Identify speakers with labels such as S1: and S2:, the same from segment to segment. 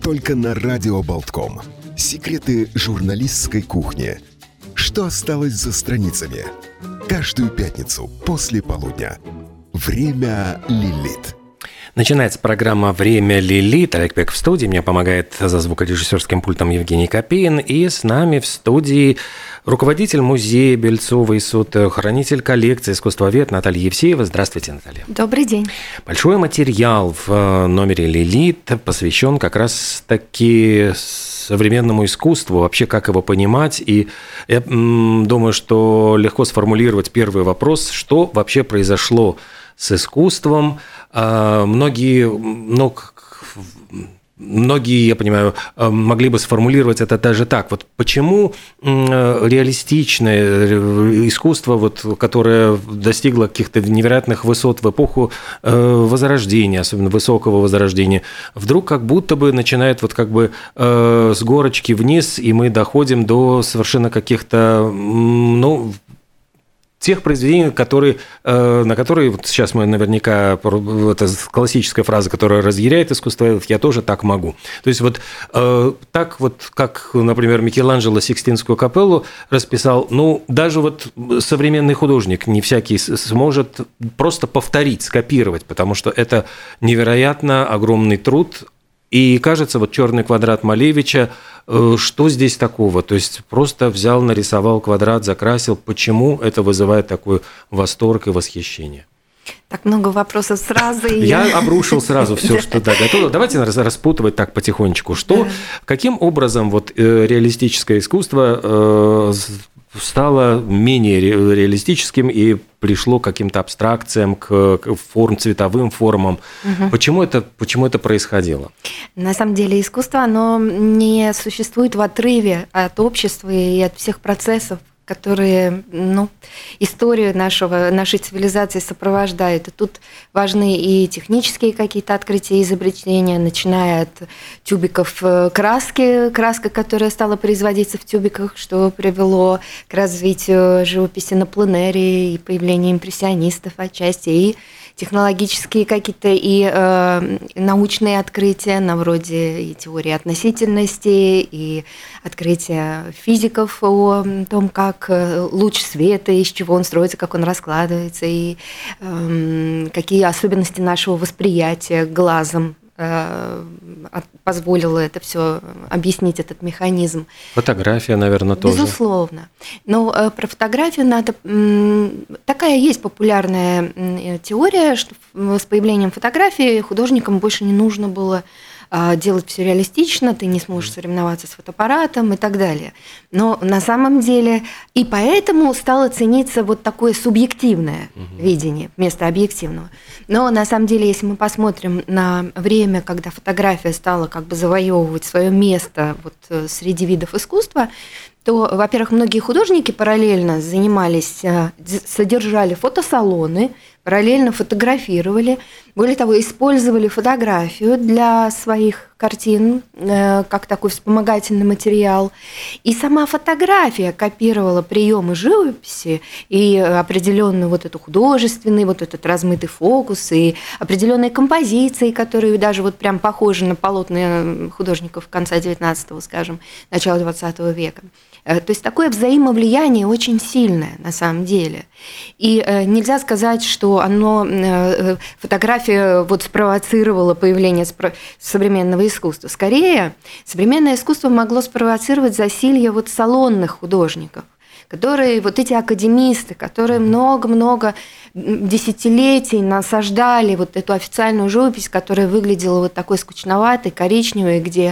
S1: только на Радио Болтком. Секреты журналистской кухни. Что осталось за страницами? Каждую пятницу после полудня. Время Лилит.
S2: Начинается программа «Время Лилит». Олег Пек в студии. Мне помогает за звукорежиссерским пультом Евгений Копейн. И с нами в студии руководитель музея Бельцова и Суто, хранитель коллекции искусствовед Наталья Евсеева. Здравствуйте, Наталья.
S3: Добрый день.
S2: Большой материал в номере «Лилит» посвящен как раз-таки современному искусству, вообще как его понимать. И я думаю, что легко сформулировать первый вопрос, что вообще произошло с искусством. Многие, я понимаю, могли бы сформулировать это даже так. Вот почему реалистичное искусство, вот, которое достигло каких-то невероятных высот в эпоху Возрождения, особенно высокого Возрождения, вдруг как будто бы начинает вот как бы с горочки вниз, и мы доходим до совершенно каких-то, тех произведений, на которые вот сейчас мы наверняка, это классическая фраза, которая разъяряет искусствоведов, я тоже так могу. То есть вот так вот, как, например, Микеланджело Сикстинскую капеллу расписал, даже вот современный художник не всякий сможет просто повторить, скопировать, потому что это невероятно огромный труд. И кажется, вот «Черный квадрат» Малевича, что здесь такого? То есть просто взял, нарисовал квадрат, закрасил. Почему это вызывает такой восторг и восхищение?
S3: Так много вопросов сразу.
S2: Я обрушил сразу все, что готово. Давайте распутывать так потихонечку. Каким образом вот реалистическое искусство стало менее реалистическим и пришло к каким-то абстракциям, к цветовым формам. Угу. Почему это происходило?
S3: На самом деле искусство, оно не существует в отрыве от общества и от всех процессов, которые историю нашей цивилизации сопровождают. И тут важны и технические какие-то открытия, изобретения, начиная от тюбиков краска, которая стала производиться в тюбиках, что привело к развитию живописи на пленэре и появлению импрессионистов отчасти, и технологические какие-то и научные открытия, вроде и теории относительности, и открытия физиков о том, как луч света, из чего он строится, как он раскладывается, и какие особенности нашего восприятия глазом позволило это все объяснить, этот механизм.
S2: Фотография, наверное, тоже.
S3: Безусловно. Но про фотографию надо... Такая есть популярная теория, что с появлением фотографии художникам больше не нужно было делать все реалистично, ты не сможешь соревноваться с фотоаппаратом и так далее. Но на самом деле и поэтому стало цениться вот такое субъективное видение вместо объективного. Но на самом деле, если мы посмотрим на время, когда фотография стала как бы завоевывать свое место вот среди видов искусства, то, во-первых, многие художники параллельно содержали фотосалоны, параллельно фотографировали, более того, использовали фотографию для своих картин как такой вспомогательный материал. И сама фотография копировала приемы живописи и определенный вот этот художественный, вот этот размытый фокус, и определенные композиции, которые даже вот прям похожи на полотна художников конца XIX, скажем, начала XX века. То есть такое взаимовлияние очень сильное на самом деле. И нельзя сказать, что фотография вот спровоцировала появление современного искусства. Скорее, современное искусство могло спровоцировать засилье вот салонных художников, которые, вот эти академисты, которые много-много десятилетий насаждали вот эту официальную живопись, которая выглядела вот такой скучноватой, коричневой, где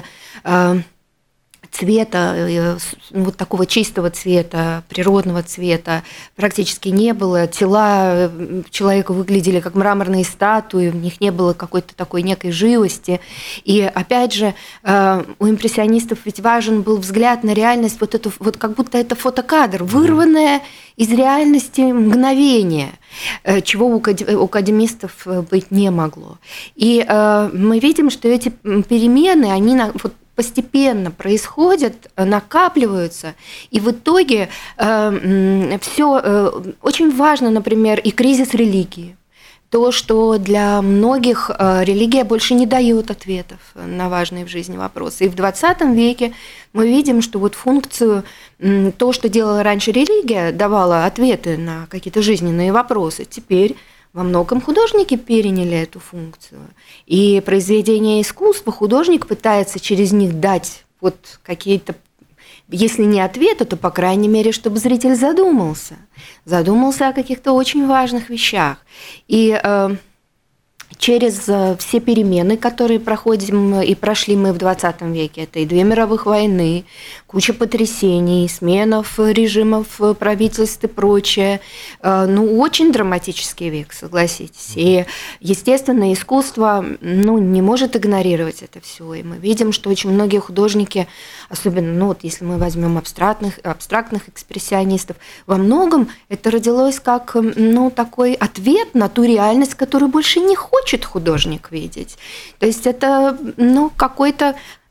S3: цвета, вот такого чистого цвета, природного цвета практически не было. Тела человека выглядели как мраморные статуи, в них не было какой-то такой некой живости. И опять же, у импрессионистов ведь важен был взгляд на реальность, вот как будто это фотокадр, вырванное из реальности мгновение, чего у академистов быть не могло. И мы видим, что эти перемены, они постепенно происходят, накапливаются, и в итоге все очень важно, например, и кризис религии. то, что для многих религия больше не дает ответов на важные в жизни вопросы. И в 20 веке мы видим, что вот функцию, то, что делала раньше религия, давала ответы на какие-то жизненные вопросы, теперь во многом художники переняли эту функцию. И произведения искусства художник пытается через них дать вот какие-то, если не ответы, то, по крайней мере, чтобы зритель задумался о каких-то очень важных вещах. И через все перемены, которые проходим и прошли мы в 20 веке, это и 2 мировых войны, куча потрясений, сменов режимов правительств и прочее. Очень драматический век, согласитесь. И, естественно, искусство не может игнорировать это все. И мы видим, что очень многие художники, особенно, если мы возьмем абстрактных экспрессионистов, во многом это родилось как такой ответ на ту реальность, которую больше не хочет художник видеть. То есть это какой-то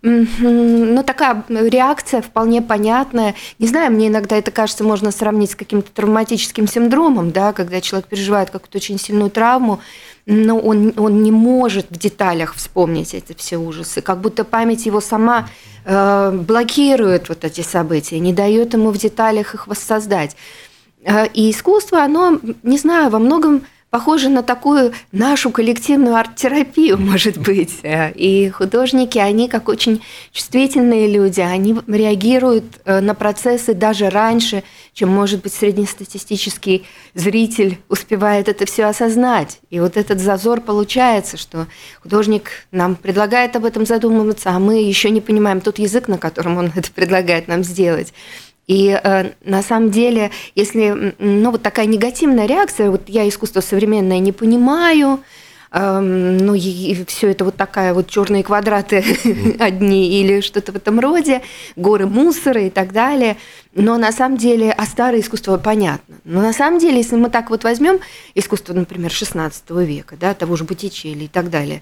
S3: такая реакция вполне понятная. Не знаю, мне иногда это кажется, можно сравнить с каким-то травматическим синдромом, да, когда человек переживает какую-то очень сильную травму, но он не может в деталях вспомнить эти все ужасы, как будто память его сама блокирует вот эти события, не дает ему в деталях их воссоздать. И искусство, оно, не знаю, во многом похоже на такую нашу коллективную арт-терапию, может быть. И художники, они как очень чувствительные люди, они реагируют на процессы даже раньше, чем, может быть, среднестатистический зритель успевает это все осознать. И вот этот зазор получается, что художник нам предлагает об этом задумываться, а мы еще не понимаем тот язык, на котором он это предлагает нам сделать. И на самом деле, если вот такая негативная реакция, вот я искусство современное не понимаю, и все это вот такая вот черные квадраты одни или что-то в этом роде, горы мусора и так далее. Но на самом деле, старое искусство понятно. Но на самом деле, если мы так вот возьмем искусство, например, XVI века, да, того же Боттичелли и так далее,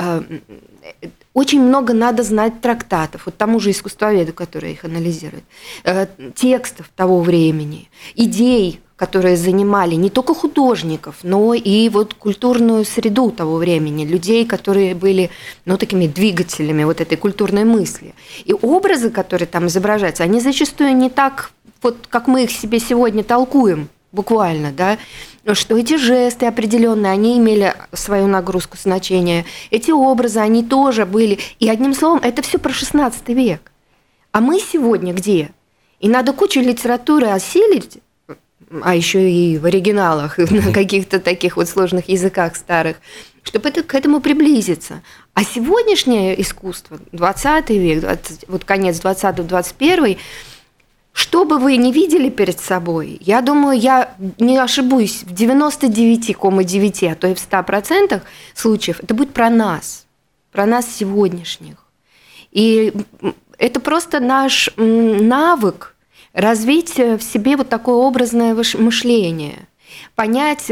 S3: очень много надо знать трактатов, вот тому же искусствоведу, который их анализирует, текстов того времени, идей, которые занимали не только художников, но и вот культурную среду того времени, людей, которые были такими двигателями вот этой культурной мысли. И образы, которые там изображаются, они зачастую не так, вот как мы их себе сегодня толкуем, буквально, да, что эти жесты определенные, они имели свою нагрузку значения, эти образы, они тоже были. И одним словом, это все про XVI век. А мы сегодня где? И надо кучу литературы осилить, а еще и в оригиналах, на каких-то таких вот сложных языках старых, чтобы к этому приблизиться. А сегодняшнее искусство, 20 век, вот конец 20-21, что бы вы ни видели перед собой, я думаю, я не ошибусь, в 99,9, а то и в 100% случаев это будет про нас сегодняшних. И это просто наш навык развить в себе вот такое образное мышление, понять,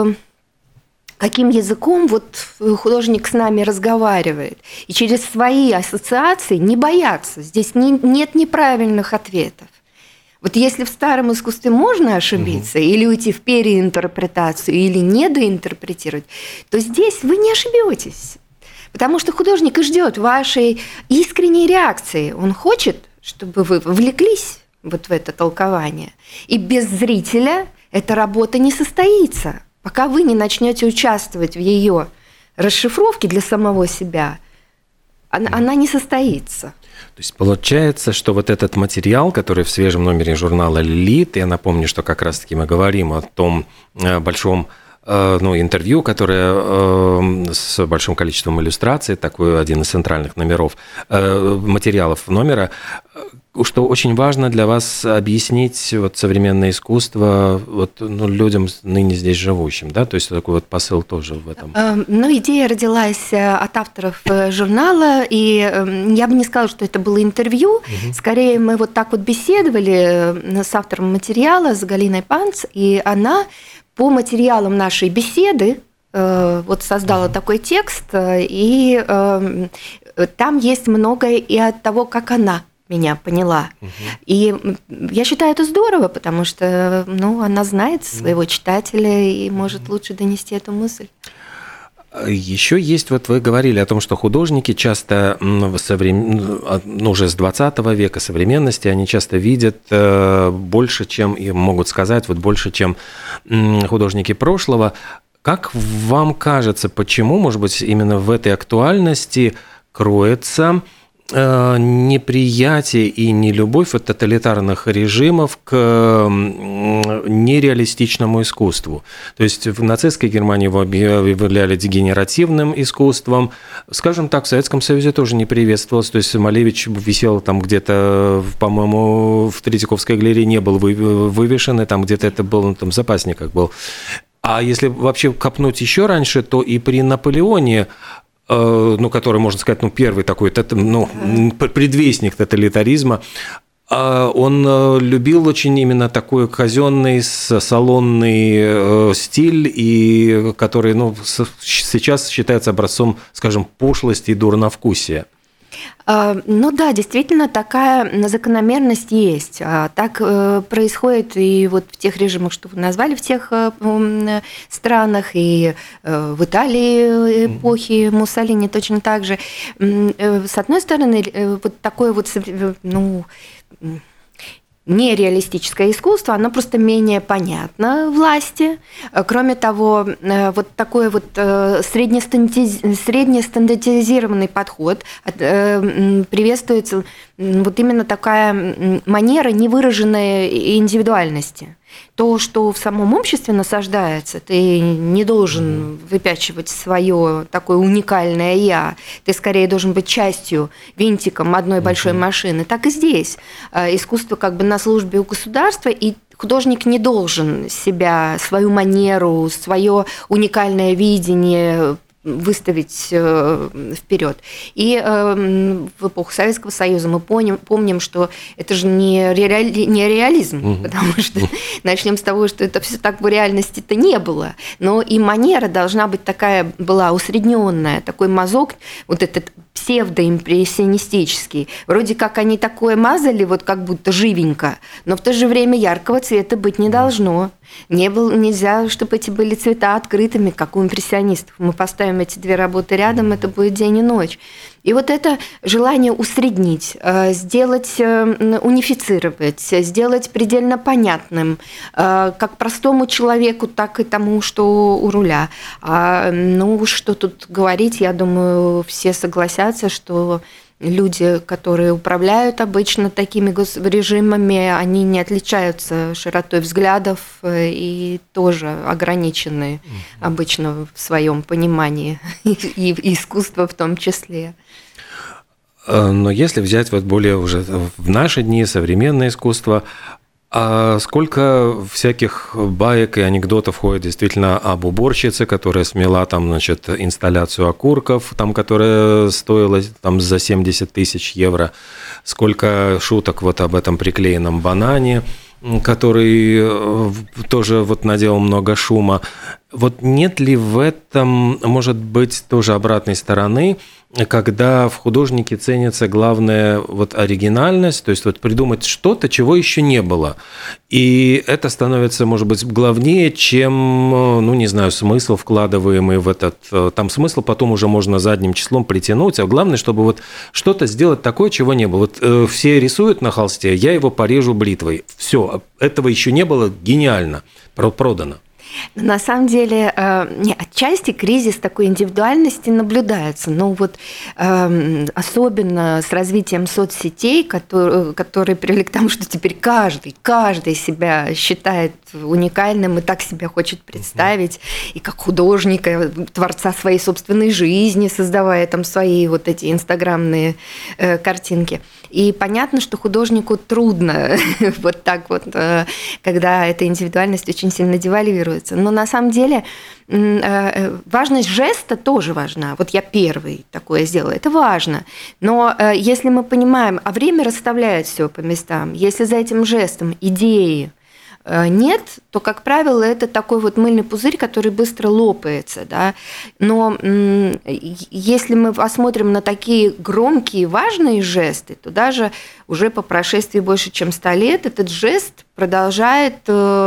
S3: каким языком вот художник с нами разговаривает, и через свои ассоциации не бояться. Здесь нет неправильных ответов. Вот если в старом искусстве можно ошибиться, или уйти в переинтерпретацию, или недоинтерпретировать, то здесь вы не ошибетесь. Потому что художник и ждет вашей искренней реакции. Он хочет, чтобы вы вовлеклись вот в это толкование. И без зрителя эта работа не состоится. Пока вы не начнете участвовать в ее расшифровке для самого себя, она не состоится.
S2: То есть получается, что вот этот материал, который в свежем номере журнала «Лилит», я напомню, что как раз-таки мы говорим о том большом интервью, которое с большим количеством иллюстраций, такой один из центральных номеров, материалов номера, что очень важно для вас объяснить вот современное искусство людям, ныне здесь живущим, да? То есть такой вот посыл тоже в этом.
S3: Идея родилась от авторов журнала, и я бы не сказала, что это было интервью, скорее мы вот так вот беседовали с автором материала, с Галиной Панц, и она по материалам нашей беседы вот создала такой текст, и там есть многое и от того, как она меня поняла. И я считаю это здорово, потому что она знает своего читателя и может лучше донести эту мысль.
S2: Еще есть, вот вы говорили о том, что художники часто уже с 20 века современности, они часто видят больше, чем им могут сказать, вот больше, чем художники прошлого. Как вам кажется, почему, может быть, именно в этой актуальности кроется неприятие и нелюбовь от тоталитарных режимов к нереалистичному искусству? То есть в нацистской Германии его объявляли дегенеративным искусством. Скажем так, в Советском Союзе тоже не приветствовалось. То есть Малевич висел там где-то, по-моему, в Третьяковской галерее не был вывешен, и там где-то это был, там в запасниках был. А если вообще копнуть еще раньше, то и при Наполеоне, который, можно сказать, первый такой, предвестник тоталитаризма, он любил очень именно такой казенный, салонный стиль, и который сейчас считается образцом, скажем, пошлости и дурновкусия.
S3: Да, действительно, такая закономерность есть. Так происходит и вот в тех режимах, что вы назвали, в тех странах, и в Италии эпохи Муссолини точно так же. С одной стороны, вот такое вот, нереалистическое искусство, оно просто менее понятно власти. Кроме того, вот такой вот среднестандартизированный подход приветствуется, вот именно такая манера невыраженной индивидуальности. То, что в самом обществе насаждается, ты не должен выпячивать свое такое уникальное «я», ты скорее должен быть частью, винтиком одной большой машины. Так и здесь. Искусство как бы на службе у государства, и художник не должен себя, свою манеру, свое уникальное видение выставить вперед. И в эпоху Советского Союза мы помним, что это же не реализм, потому что начнем с того, что это все так в реальности-то не было. Но и манера должна быть такая, была усредненная, такой мазок, вот этот псевдоимпрессионистический. Вроде как они такое мазали, вот как будто живенько, но в то же время яркого цвета быть не должно. Нельзя, чтобы эти были цвета открытыми, как у импрессионистов. Мы поставим эти две работы рядом, это будет день и ночь. И вот это желание усреднить, сделать, унифицировать, сделать предельно понятным, как простому человеку, так и тому, что у руля. Что тут говорить, я думаю, все согласятся, что люди, которые управляют обычно такими режимами, они не отличаются широтой взглядов и тоже ограничены обычно в своем понимании, и искусство в том числе.
S2: Но если взять вот более уже в наши дни современное искусство, а сколько всяких баек и анекдотов ходит действительно об уборщице, которая смела там, инсталляцию окурков, там, которая стоила там, за 70 тысяч евро, сколько шуток вот об этом приклеенном банане, который тоже вот наделал много шума. Вот нет ли в этом, может быть, тоже обратной стороны, когда в художнике ценится главное вот оригинальность, то есть вот придумать что-то, чего еще не было. И это становится, может быть, главнее, чем, смысл, вкладываемый в этот... Там смысл потом уже можно задним числом притянуть, а главное, чтобы вот что-то сделать такое, чего не было. Вот все рисуют на холсте, я его порежу бритвой. Все, этого еще не было, гениально, продано.
S3: На самом деле, отчасти кризис такой индивидуальности наблюдается. Особенно с развитием соцсетей, которые привели к тому, что теперь каждый себя считает уникальным и так себя хочет представить, и как художника, творца своей собственной жизни, создавая там свои вот эти инстаграмные картинки. И понятно, что художнику трудно вот так вот, когда эта индивидуальность очень сильно девальвируется. Но на самом деле важность жеста тоже важна. Вот я первый такое сделала, это важно. Но если мы понимаем, а время расставляет все по местам, если за этим жестом идеи нет, то, как правило, это такой вот мыльный пузырь, который быстро лопается. Да? Но если мы посмотрим на такие громкие, важные жесты, то даже уже по прошествии больше чем 100 лет этот жест продолжает,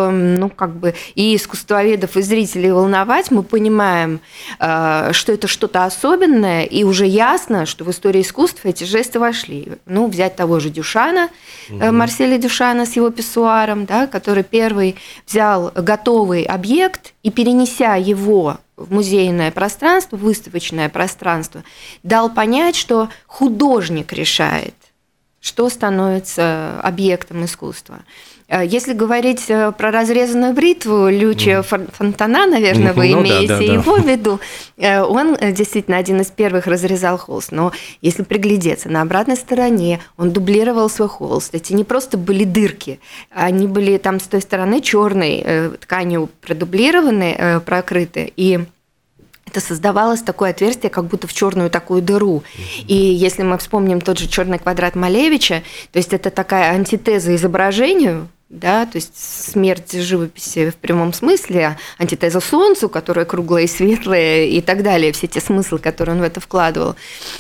S3: и искусствоведов, и зрителей волновать. Мы понимаем, что это что-то особенное, и уже ясно, что в историю искусства эти жесты вошли. Взять того же Дюшана, Марселя Дюшана с его писсуаром, да, который первый взял готовый объект и, перенеся его в музейное пространство, в выставочное пространство, дал понять, что художник решает, что становится объектом искусства. Если говорить про разрезанную бритву Лючио Фонтана, наверное, вы имеете его в виду, он действительно один из первых разрезал холст, но если приглядеться, на обратной стороне он дублировал свой холст. Эти не просто были дырки, они были там с той стороны черной тканью продублированы, прокрыты, и это создавалось такое отверстие, как будто в черную такую дыру. И если мы вспомним тот же черный квадрат Малевича, то есть это такая антитеза изображению, да, то есть смерть живописи в прямом смысле, антитеза солнцу, которое круглое и светлое и так далее, все те смыслы, которые он в это вкладывал,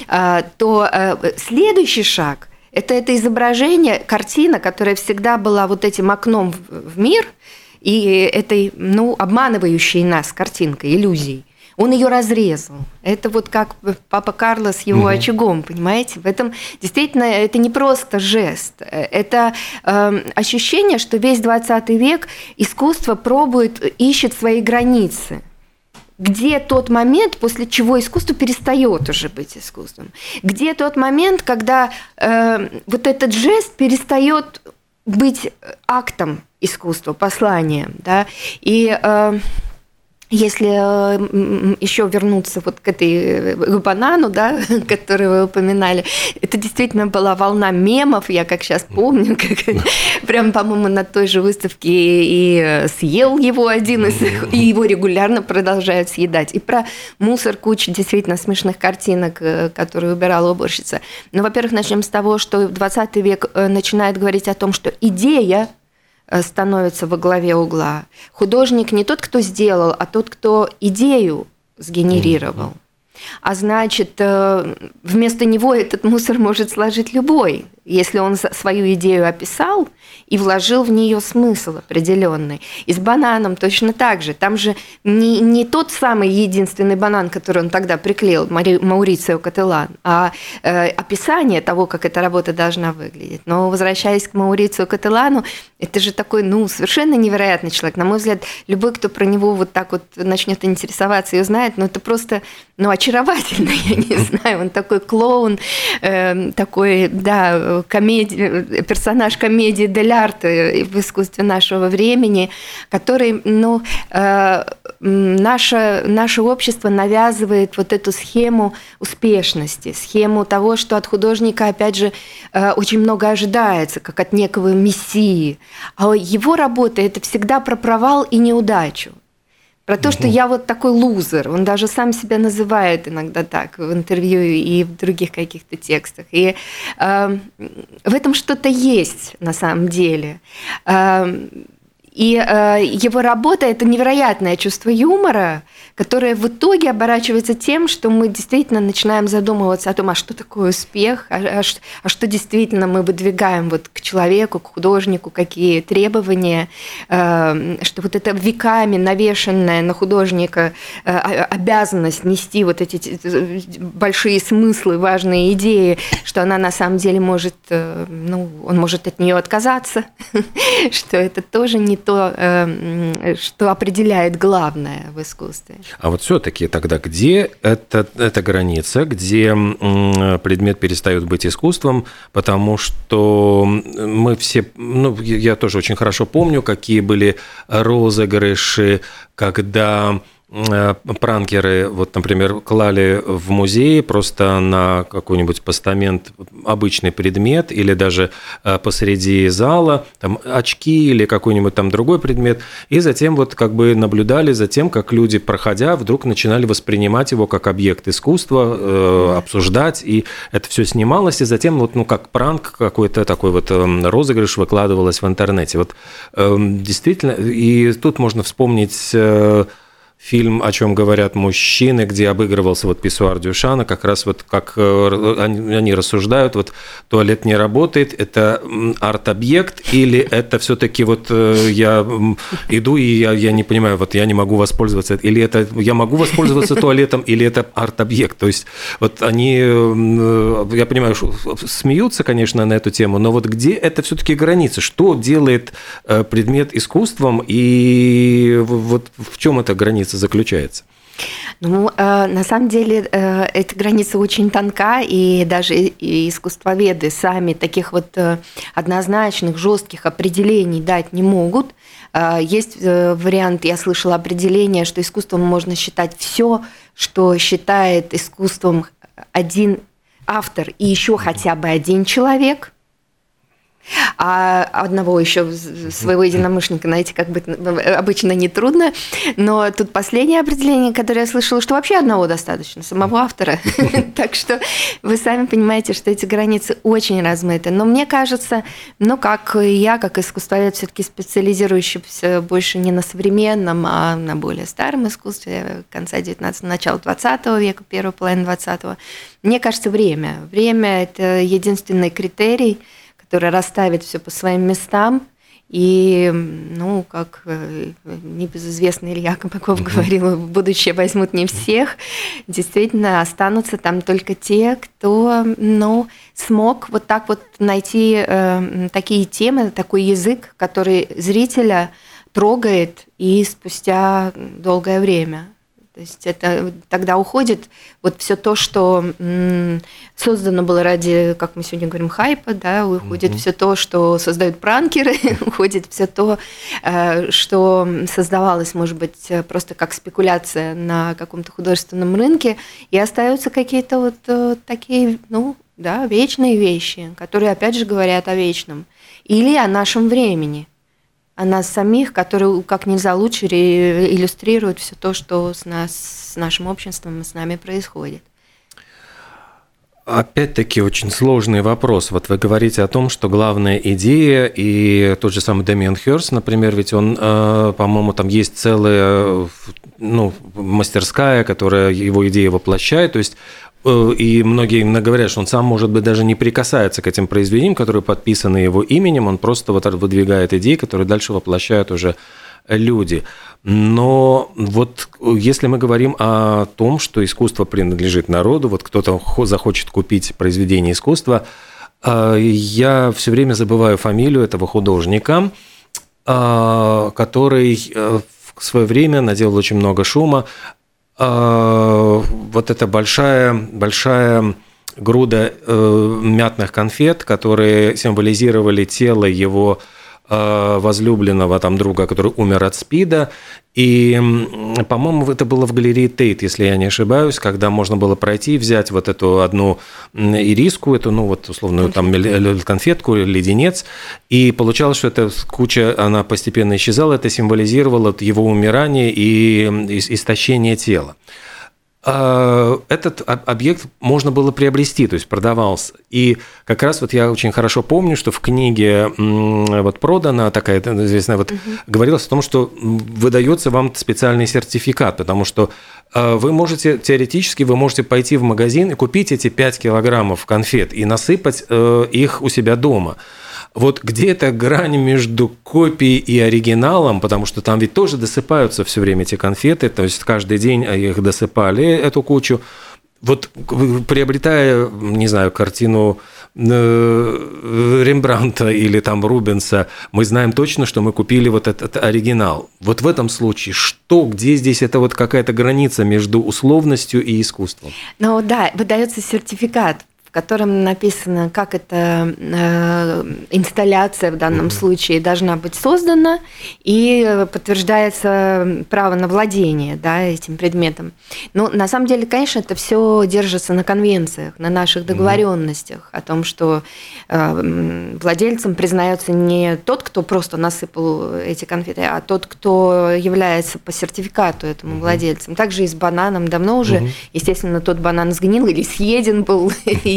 S3: то следующий шаг – это изображение, картина, которая всегда была вот этим окном в мир и этой, обманывающей нас картинкой, иллюзией. Он ее разрезал. Это вот как папа Карло с его очагом, понимаете? В этом действительно это не просто жест. Это ощущение, что весь 20 век искусство ищет свои границы. Где тот момент, после чего искусство перестает уже быть искусством? Где тот момент, когда вот этот жест перестает быть актом искусства, посланием, да? И если еще вернуться вот к банану, да, которую вы упоминали, это действительно была волна мемов, я как сейчас помню, прям, по-моему, на той же выставке и съел его один из их, и его регулярно продолжают съедать. И про мусор куча действительно смешных картинок, которые убирала уборщица. Но, во-первых, начнем с того, что 20 век начинает говорить о том, что идея становится во главе угла. Художник не тот, кто сделал, а тот, кто идею сгенерировал. А значит, вместо него этот мусор может сложить любой, если он свою идею описал и вложил в нее смысл определенный. И с бананом точно так же. Там же не тот самый единственный банан, который он тогда приклеил, Маурицио Кателан, а описание того, как эта работа должна выглядеть. Но возвращаясь к Маурицио Кателану, это же такой, совершенно невероятный человек. На мой взгляд, любой, кто про него вот так вот начнет интересоваться и узнает, это просто, очаровательно, я не знаю. Он такой клоун, такой, персонаж комедии дель арте в искусстве нашего времени, который, наше общество навязывает вот эту схему успешности, схему того, что от художника, опять же, очень много ожидается, как от некого мессии. А его работа – это всегда про провал и неудачу. Про то, что я вот такой лузер. Он даже сам себя называет иногда так в интервью и в других каких-то текстах. И в этом что-то есть на самом деле. И его работа – это невероятное чувство юмора, которое в итоге оборачивается тем, что мы действительно начинаем задумываться о том, а что такое успех, а что действительно мы выдвигаем вот к человеку, к художнику, какие требования, что вот это веками навешенная на художника обязанность нести вот эти большие смыслы, важные идеи, что она на самом деле может, он может от нее отказаться, что это тоже не то, что определяет главное в искусстве.
S2: А вот все-таки тогда где эта граница, где предмет перестает быть искусством, потому что мы все, я тоже очень хорошо помню, какие были розыгрыши, когда пранкеры, вот, например, клали в музей просто на какой-нибудь постамент обычный предмет или даже посреди зала там, очки или какой-нибудь там другой предмет, и затем вот как бы наблюдали за тем, как люди, проходя, вдруг начинали воспринимать его как объект искусства, обсуждать, и это все снималось, и затем вот, как пранк какой-то такой вот розыгрыш выкладывалось в интернете. Вот действительно, и тут можно вспомнить фильм «О чем говорят мужчины», где обыгрывался вот писсуар Дюшана, как раз вот как они рассуждают, вот туалет не работает, это арт-объект или это все-таки вот я иду и я не понимаю, вот я не могу воспользоваться, или это я могу воспользоваться туалетом, или это арт-объект. То есть вот они, я понимаю, смеются, конечно, на эту тему, но вот где это все-таки граница? Что делает предмет искусством и вот в чем эта граница заключается?
S3: Ну, на самом деле, эта граница очень тонка, и даже и искусствоведы сами таких вот однозначных, жестких определений дать не могут. Есть вариант, я слышала определение, что искусством можно считать все, что считает искусством один автор и еще хотя бы один человек. А одного еще своего единомышленника найти как бы обычно нетрудно. Но тут последнее определение, которое я слышала, что вообще одного достаточно, самого автора. Так что вы сами понимаете, что эти границы очень размыты. Но мне кажется, как я, как искусствовед, все-таки специализирующийся больше не на современном, а на более старом искусстве конца 19-го, начала 20 века, первой половины 20-го, мне кажется, время. Время – это единственный критерий, который расставит все по своим местам. И, как небезызвестный Илья Кабаков говорил, в будущее возьмут не всех. Действительно, останутся там только те, кто, смог вот так вот найти такие темы, такой язык, который зрителя трогает и спустя долгое время. То есть это тогда уходит вот все то, что создано было ради, как мы сегодня говорим, хайпа, да, уходит все то, что создают пранкеры, уходит все то, что создавалось, может быть, просто как спекуляция на каком-то художественном рынке, и остаются какие-то вот такие, вечные вещи, которые, опять же, говорят о вечном или о нашем времени. О нас самих, которые как нельзя лучше иллюстрируют все то, что с нашим обществом и с нами происходит.
S2: Опять-таки очень сложный вопрос. Вот вы говорите о том, что главная идея, и тот же самый Дэмиан Хёрст, например, ведь он, по-моему, там есть целая мастерская, которая его идеи воплощает, то есть и многие именно говорят, что он сам, может быть, даже не прикасается к этим произведениям, которые подписаны его именем, он просто вот выдвигает идеи, которые дальше воплощают уже люди. Но вот если мы говорим о том, что искусство принадлежит народу, вот кто-то захочет купить произведение искусства, я все время забываю фамилию этого художника, который в свое время наделал очень много шума. Вот эта большая груда мятных конфет, которые символизировали тело его возлюбленного друга, который умер от СПИДа. И, по-моему, это было в галерее Тейт, если я не ошибаюсь, когда можно было пройти и взять вот эту одну ириску, эту, условную конфетку, леденец, и получалось, что эта куча, она постепенно исчезала, это символизировало его умирание и истощение тела. Этот объект можно было приобрести, то есть продавался. И как раз вот я очень хорошо помню, что в книге вот продана такая известная, говорилось о том, что выдается вам специальный сертификат, потому что вы можете, теоретически, пойти в магазин и купить эти 5 килограммов конфет и насыпать их у себя дома. Вот где эта грань между копией и оригиналом, потому что там ведь тоже досыпаются все время эти конфеты, то есть каждый день их досыпали, эту кучу. Вот приобретая, не знаю, картину Рембрандта или Рубенса, мы знаем точно, что мы купили вот этот оригинал. Вот в этом случае где здесь это вот какая-то граница между условностью и искусством?
S3: Выдается сертификат, в котором написано, как эта инсталляция в данном случае должна быть создана, и подтверждается право на владение этим предметом. Но на самом деле, конечно, это все держится на конвенциях, на наших договоренностях о том, что владельцем признается не тот, кто просто насыпал эти конфеты, а тот, кто является по сертификату этому владельцем. Также и с бананом давно уже, естественно, тот банан сгнил или съеден был, и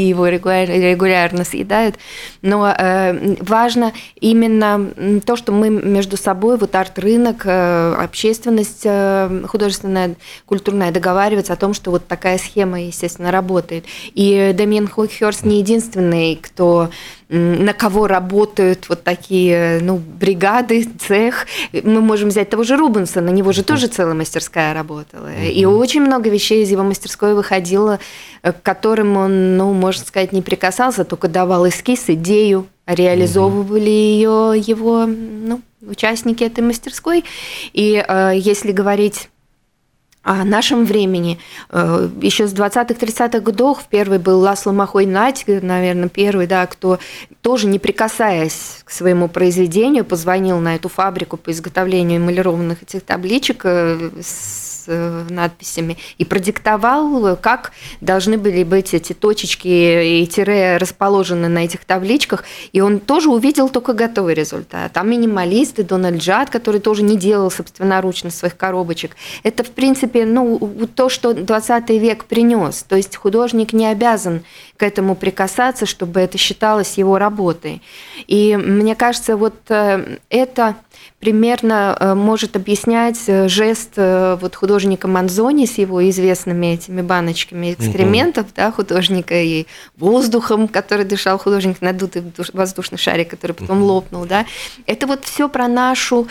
S3: его регулярно съедают. Но важно именно то, что мы между собой, вот арт-рынок, общественность художественная, культурная, договаривается о том, что вот такая схема, естественно, работает. И Дэмиен Хёрст не единственный, на кого работают вот такие, бригады, цех. Мы можем взять того же Рубенса, на него же тоже целая мастерская работала. И очень много вещей из его мастерской выходило, к которым он, можно сказать, не прикасался, только давал эскиз, идею, реализовывали ее его участники этой мастерской. И если говорить о нашем времени, еще с 20-30-х годов первый был Ласло Махой-Надь, наверное, первый, кто тоже, не прикасаясь к своему произведению, позвонил на эту фабрику по изготовлению эмалированных этих табличек с надписями и продиктовал, как должны были быть эти точечки и тире расположены на этих табличках, и он тоже увидел только готовый результат. Там минималисты, Дональд Джад, который тоже не делал собственноручно своих коробочек. Это, в принципе, то, что 20 век принес. То есть художник не обязан к этому прикасаться, чтобы это считалось его работой. И мне кажется, вот это примерно может объяснять жест художника Манзони с его известными этими баночками экскрементов, художника, и воздухом, который дышал художник, надутый воздушный шарик, который потом лопнул. Это вот все про нашу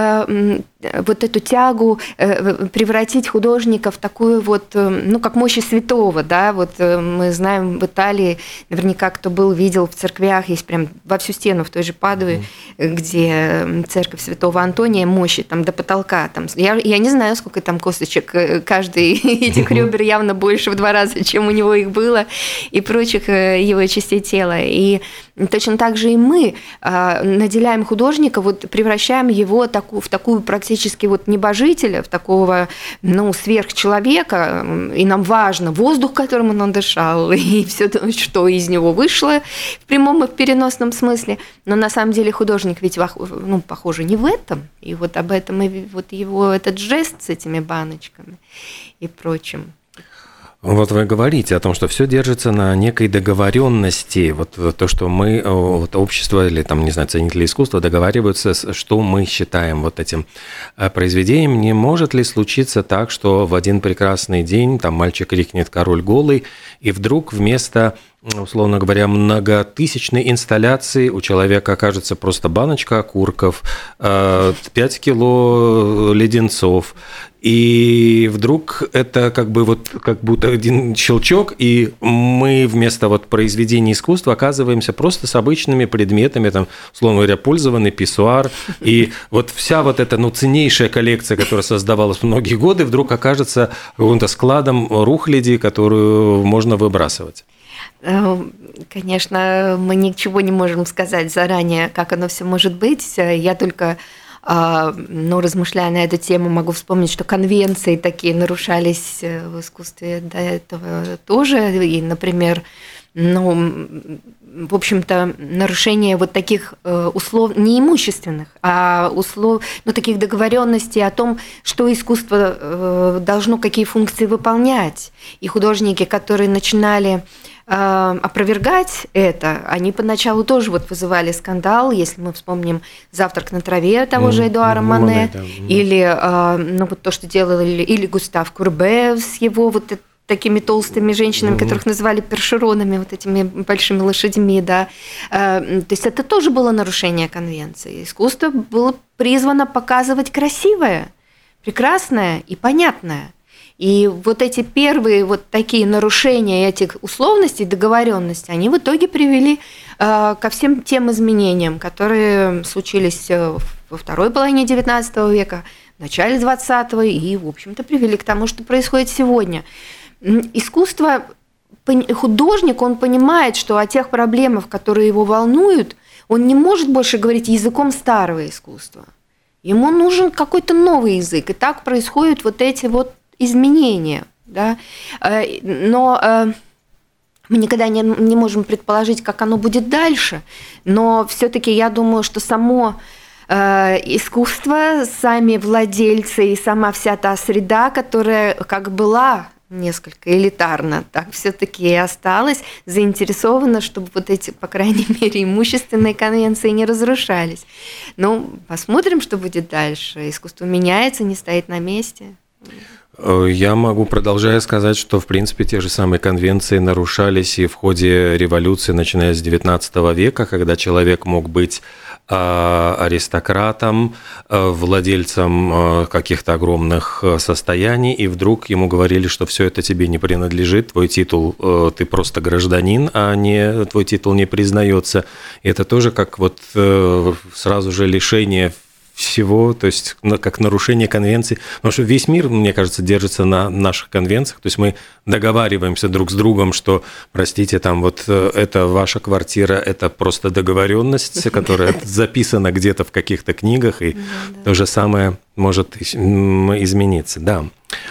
S3: вот эту тягу превратить художника в такую как мощи святого. Мы знаем в Италии, наверняка кто был, видел в церквях, есть прям во всю стену в той же Падуе, где церковь Святого Антония, мощи там до потолка. Я не знаю, сколько там косточек, каждый этих ребер явно больше в 2 раза, чем у него их было, и прочих его частей тела. И точно так же и мы наделяем художника, превращаем его в такую практически небожителя, в такого сверхчеловека, и нам важно воздух, которым он дышал, и все, что из него вышло в прямом и в переносном смысле. Но на самом деле художник ведь, похоже, не в этом. И об этом и его этот жест с этими баночками и прочим.
S2: Вот вы говорите о том, что все держится на некой договоренности. То, что мы, общество или ценители искусства договариваются, что мы считаем этим произведением. Не может ли случиться так, что в один прекрасный день мальчик крикнет «Король голый», и вдруг вместо, условно говоря, многотысячной инсталляции у человека окажется просто баночка окурков, 5 кило леденцов, и вдруг это как будто один щелчок, и мы вместо произведения искусства оказываемся просто с обычными предметами, условно говоря, пользованный писсуар, и вся эта ценнейшая коллекция, которая создавалась многие годы, вдруг окажется каким-то складом рухляди, которую можно выбрасывать.
S3: Конечно, мы ничего не можем сказать заранее, как оно все может быть. Я только, размышляя на эту тему, могу вспомнить, что конвенции такие нарушались в искусстве до этого тоже. И, например, в общем-то, нарушение таких услов, не имущественных, а таких договоренностей о том, что искусство должно какие функции выполнять. И художники, которые начинали опровергать это, они поначалу тоже вызывали скандал, если мы вспомним «Завтрак на траве» того же Эдуара Мане, или то, что делал или Густав Курбе с его такими толстыми женщинами, которых называли першеронами, этими большими лошадьми, То есть это тоже было нарушение конвенции. Искусство было призвано показывать красивое, прекрасное и понятное. И эти первые такие нарушения этих условностей, договоренностей, они в итоге привели ко всем тем изменениям, которые случились во второй половине XIX века, в начале XX и, в общем-то, привели к тому, что происходит сегодня. Искусство, художник, он понимает, что о тех проблемах, которые его волнуют, он не может больше говорить языком старого искусства. Ему нужен какой-то новый язык. И так происходят эти изменения. Но мы никогда не можем предположить, как оно будет дальше. Но все-таки я думаю, что само искусство, сами владельцы и сама вся та среда, которая как была несколько элитарно, так все-таки и осталось, заинтересована, чтобы вот эти, по крайней мере, имущественные конвенции не разрушались. Ну, посмотрим, что будет дальше. Искусство меняется, не стоит на месте.
S2: Я могу, продолжая, сказать, что, в принципе, те же самые конвенции нарушались и в ходе революции, начиная с XIX века, когда человек мог быть аристократом, владельцем каких-то огромных состояний, и вдруг ему говорили, что все это тебе не принадлежит, твой титул, ты просто гражданин, а не твой титул не признается. И это тоже как вот сразу же лишение всего, то есть как нарушение конвенций. Потому что весь мир, мне кажется, держится на наших конвенциях. То есть мы договариваемся друг с другом, что, простите, там вот это ваша квартира, это просто договоренность, которая записана где-то в каких-то книгах, и то же самое может измениться. Да.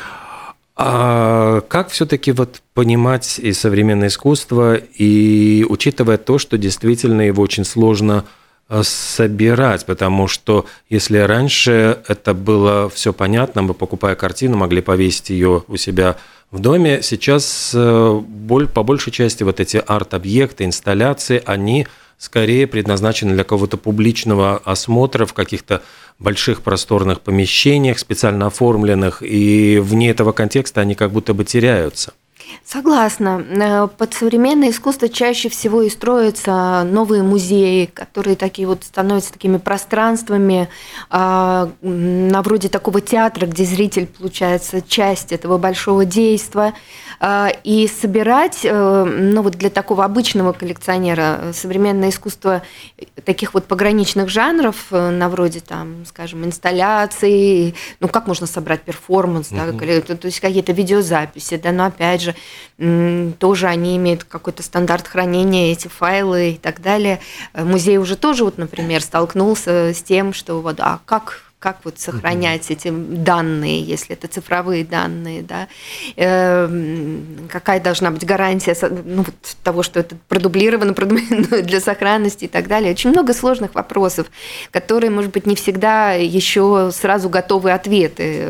S2: А как все-таки вот понимать и современное искусство, и учитывая то, что действительно его очень сложно собирать, потому что если раньше это было все понятно, мы, покупая картину, могли повесить ее у себя в доме, сейчас по большей части вот эти арт-объекты, инсталляции, они скорее предназначены для какого-то публичного осмотра в каких-то больших просторных помещениях, специально оформленных, и вне этого контекста они как будто бы теряются.
S3: Согласна. Под современное искусство чаще всего и строятся новые музеи, которые такие вот становятся такими пространствами, на вроде такого театра, где зритель, получается, часть этого большого действа. И собирать, ну вот для такого обычного коллекционера, современное искусство таких вот пограничных жанров, на вроде там, скажем, инсталляций, ну как можно собрать перформанс, да, то есть какие-то видеозаписи, да, но опять же, тоже они имеют какой-то стандарт хранения, эти файлы и так далее. Музей уже тоже, вот, например, столкнулся с тем, что вот, как вот сохранять эти данные, если это цифровые данные, да? Какая должна быть гарантия вот, того, что это продублировано для сохранности и так далее. Очень много сложных вопросов, которые, может быть, не всегда еще сразу готовы ответы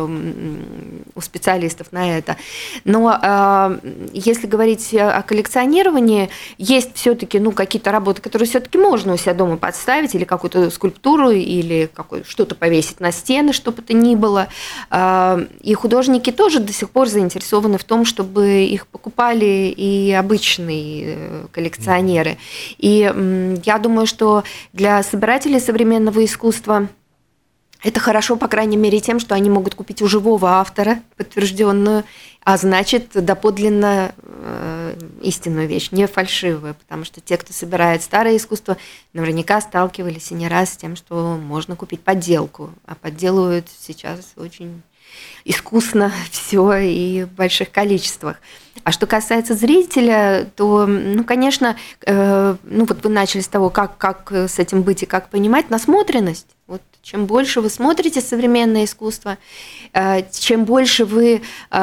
S3: у специалистов на это. Но если говорить о коллекционировании, есть все-таки какие-то работы, которые все-таки можно у себя дома подставить, или какую-то скульптуру, или что-то повесить на стены, что бы то ни было. И художники тоже до сих пор заинтересованы в том, чтобы их покупали и обычные коллекционеры. И я думаю, что для собирателей современного искусства это хорошо, по крайней мере, тем, что они могут купить у живого автора подтвержденную, а значит, доподлинно истинную вещь, не фальшивую, потому что те, кто собирает старое искусство, наверняка сталкивались и не раз с тем, что можно купить подделку, а подделывают сейчас очень искусно все и в больших количествах. А что касается зрителя, то, конечно, вот вы начали с того, как с этим быть и как понимать, насмотренность. Вот чем больше вы смотрите современное искусство, чем больше вы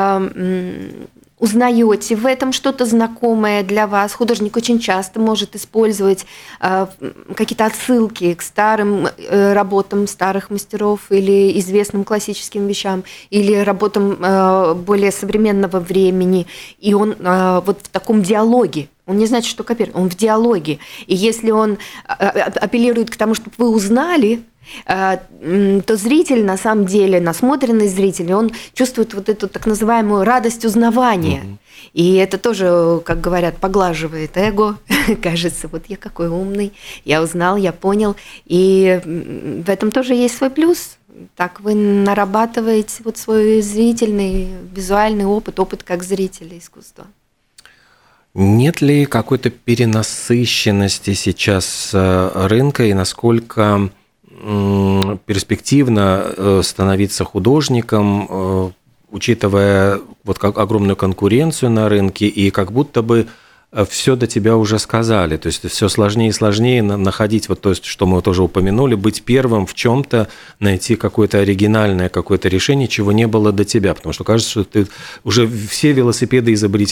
S3: узнаете в этом что-то знакомое для вас. Художник очень часто может использовать какие-то отсылки к старым работам старых мастеров или известным классическим вещам, или работам более современного времени. И он вот в таком диалоге. Он не значит, что копирует, он в диалоге. И если он апеллирует к тому, чтобы вы узнали, то зритель, на самом деле, насмотренный зритель, он чувствует вот эту так называемую радость узнавания. И это тоже, как говорят, поглаживает эго. Кажется, вот я какой умный, я узнал, я понял. И в этом тоже есть свой плюс. Так вы нарабатываете вот свой зрительный, визуальный опыт как зрителя искусства.
S2: Нет ли какой-то перенасыщенности сейчас рынка, и насколько перспективно становиться художником, учитывая вот как огромную конкуренцию на рынке, и как будто бы все до тебя уже сказали, то есть все сложнее и сложнее находить вот то, что мы тоже упомянули, быть первым в чем-то, найти какое-то оригинальное какое-то решение, чего не было до тебя, потому что кажется, что уже все велосипеды изобретены.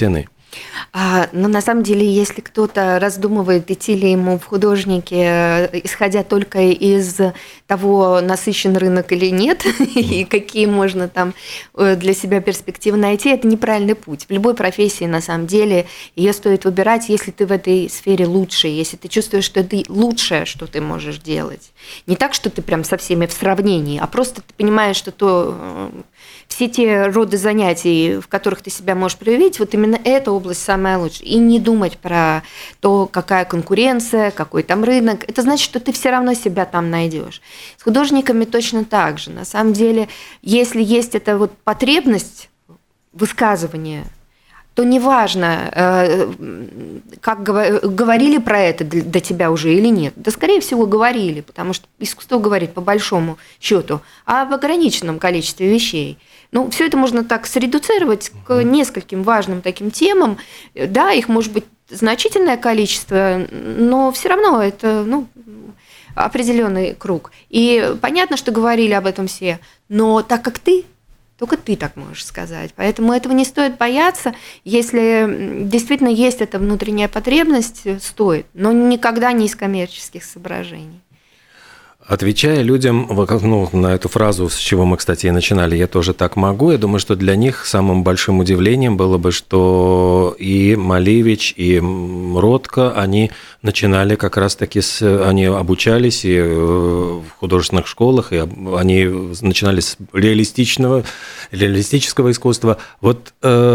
S3: Но на самом деле, если кто-то раздумывает, идти ли ему в художники, исходя только из того, насыщен рынок или нет, и какие можно там для себя перспективы найти, это неправильный путь. В любой профессии, на самом деле, ее стоит выбирать, если ты в этой сфере лучший, если ты чувствуешь, что ты лучшее, что ты можешь делать. Не так, что ты прям со всеми в сравнении, а просто ты понимаешь, что все те роды занятий, в которых ты себя можешь проявить, вот именно эта область самая лучшая. И не думать про то, какая конкуренция, какой там рынок. Это значит, что ты все равно себя там найдешь. С художниками точно так же. На самом деле, если есть эта вот потребность высказывания, то неважно, как говорили про это до тебя уже или нет. Да, скорее всего, говорили, потому что искусство говорит по большому счету об ограниченном количестве вещей. Ну, все это можно так средуцировать к нескольким важным таким темам. Да, их может быть значительное количество, но все равно это, определенный круг. И понятно, что говорили об этом все, но так как только ты так можешь сказать. Поэтому этого не стоит бояться. Если действительно есть эта внутренняя потребность, стоит, но никогда не из коммерческих соображений.
S2: Отвечая людям на эту фразу, с чего мы, кстати, и начинали, «я тоже так могу», я думаю, что для них самым большим удивлением было бы, что и Малевич, и Ротко, они начинали как раз-таки, они обучались и в художественных школах, и они начинали с реалистического искусства. Вот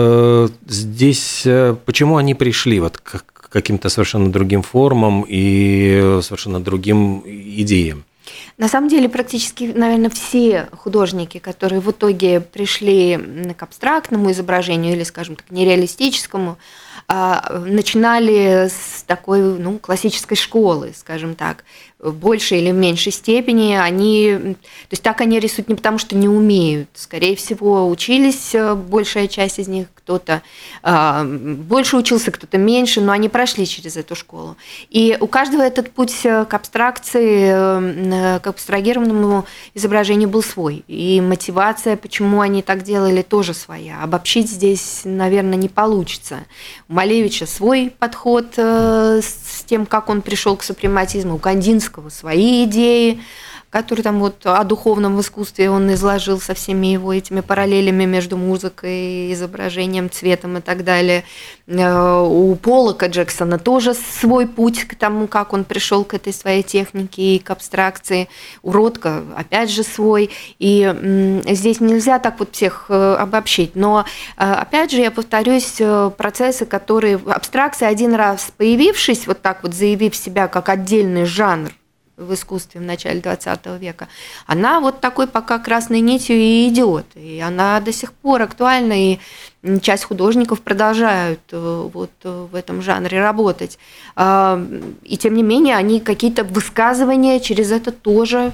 S2: здесь почему они пришли к каким-то совершенно другим формам и совершенно другим идеям?
S3: На самом деле, практически, наверное, все художники, которые в итоге пришли к абстрактному изображению или, скажем так, нереалистическому, начинали с такой, классической школы, скажем так. В большей или в меньшей степени то есть так они рисуют не потому, что не умеют. Скорее всего, учились большая часть из них, кто-то больше учился, кто-то меньше, но они прошли через эту школу. И у каждого этот путь к абстракции, к абстрагированному изображению был свой. И мотивация, почему они так делали, тоже своя. Обобщить здесь, наверное, не получится. У Малевича свой подход с тем, как он пришел к супрематизму, у Кандинского свои идеи, которые там о духовном искусстве он изложил со всеми его этими параллелями между музыкой, изображением, цветом и так далее. У Поллока Джексона тоже свой путь к тому, как он пришел к этой своей технике и к абстракции. У Ротко опять же свой. И здесь нельзя так всех обобщить. Но опять же, я повторюсь, процессы, которые... Абстракция, один раз появившись, заявив себя как отдельный жанр в искусстве в начале 20 века, она такой пока красной нитью и идет. И она до сих пор актуальна, и часть художников продолжают в этом жанре работать. И тем не менее, они какие-то высказывания через это тоже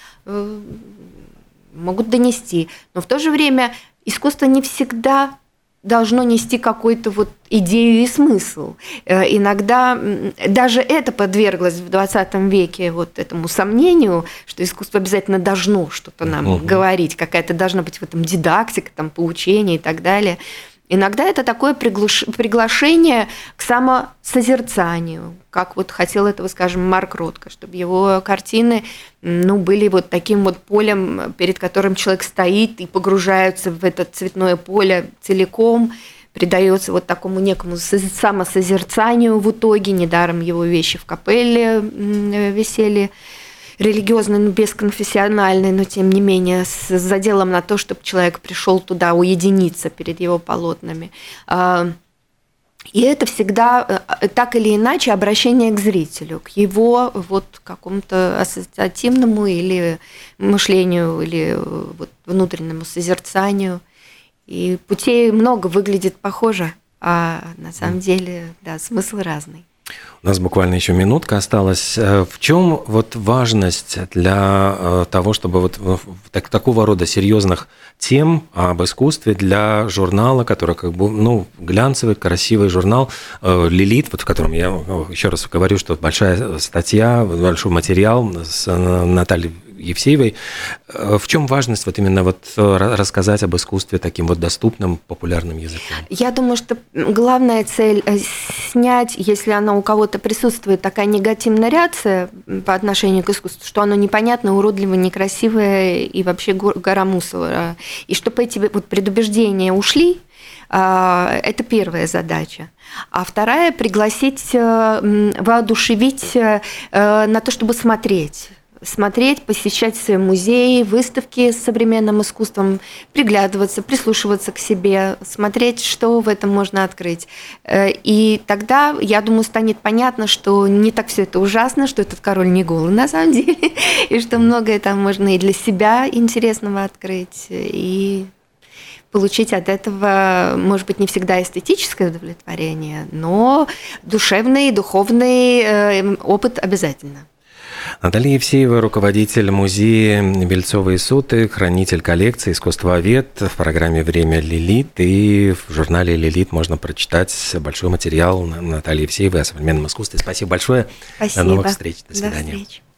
S3: могут донести. Но в то же время искусство не всегда должно нести какую-то идею и смысл. Иногда даже это подверглось в 20 веке этому сомнению, что искусство обязательно должно что-то нам говорить, какая-то должна быть в этом дидактика, поучение и так далее. Иногда это такое приглашение к самосозерцанию, как хотел этого, скажем, Марк Ротко, чтобы его картины были таким полем, перед которым человек стоит и погружается в это цветное поле целиком, предается такому некому самосозерцанию в итоге. Недаром его вещи в капелле висели, религиозный, но бесконфессиональный, но тем не менее с заделом на то, чтобы человек пришел туда уединиться перед его полотнами. И это всегда так или иначе обращение к зрителю, к его какому-то ассоциативному или мышлению, или внутреннему созерцанию. И путей много, выглядит похоже, а на самом деле, да, смысл разный.
S2: У нас буквально еще минутка осталась. В чем важность для того, чтобы такого рода серьезных тем об искусстве для журнала, который глянцевый, красивый журнал «Лилит», в котором я еще раз говорю, что большая статья, большой материал с Натальей Евсеевой. В чем важность вот именно вот рассказать об искусстве таким вот доступным, популярным языком?
S3: Я думаю, что главная цель снять, если она у кого-то присутствует, такая негативная реакция по отношению к искусству, что оно непонятное, уродливое, некрасивое и вообще гора мусора. И чтобы эти вот предубеждения ушли, это первая задача. А вторая – пригласить, воодушевить на то, чтобы смотреть, посещать музеи, выставки с современным искусством, приглядываться, прислушиваться к себе, смотреть, что в этом можно открыть. И тогда, я думаю, станет понятно, что не так все это ужасно, что этот король не голый на самом деле, и что многое там можно и для себя интересного открыть, и получить от этого, может быть, не всегда эстетическое удовлетворение, но душевный, духовный опыт обязательно.
S2: Наталья Евсеева, руководитель музея Вельцова и Суты, хранитель коллекции, искусствовед в программе «Время Лилит». И в журнале «Лилит» можно прочитать большой материал Натальи Евсеевой о современном искусстве. Спасибо большое.
S3: Спасибо.
S2: До новых встреч. До свидания.
S3: До встречи.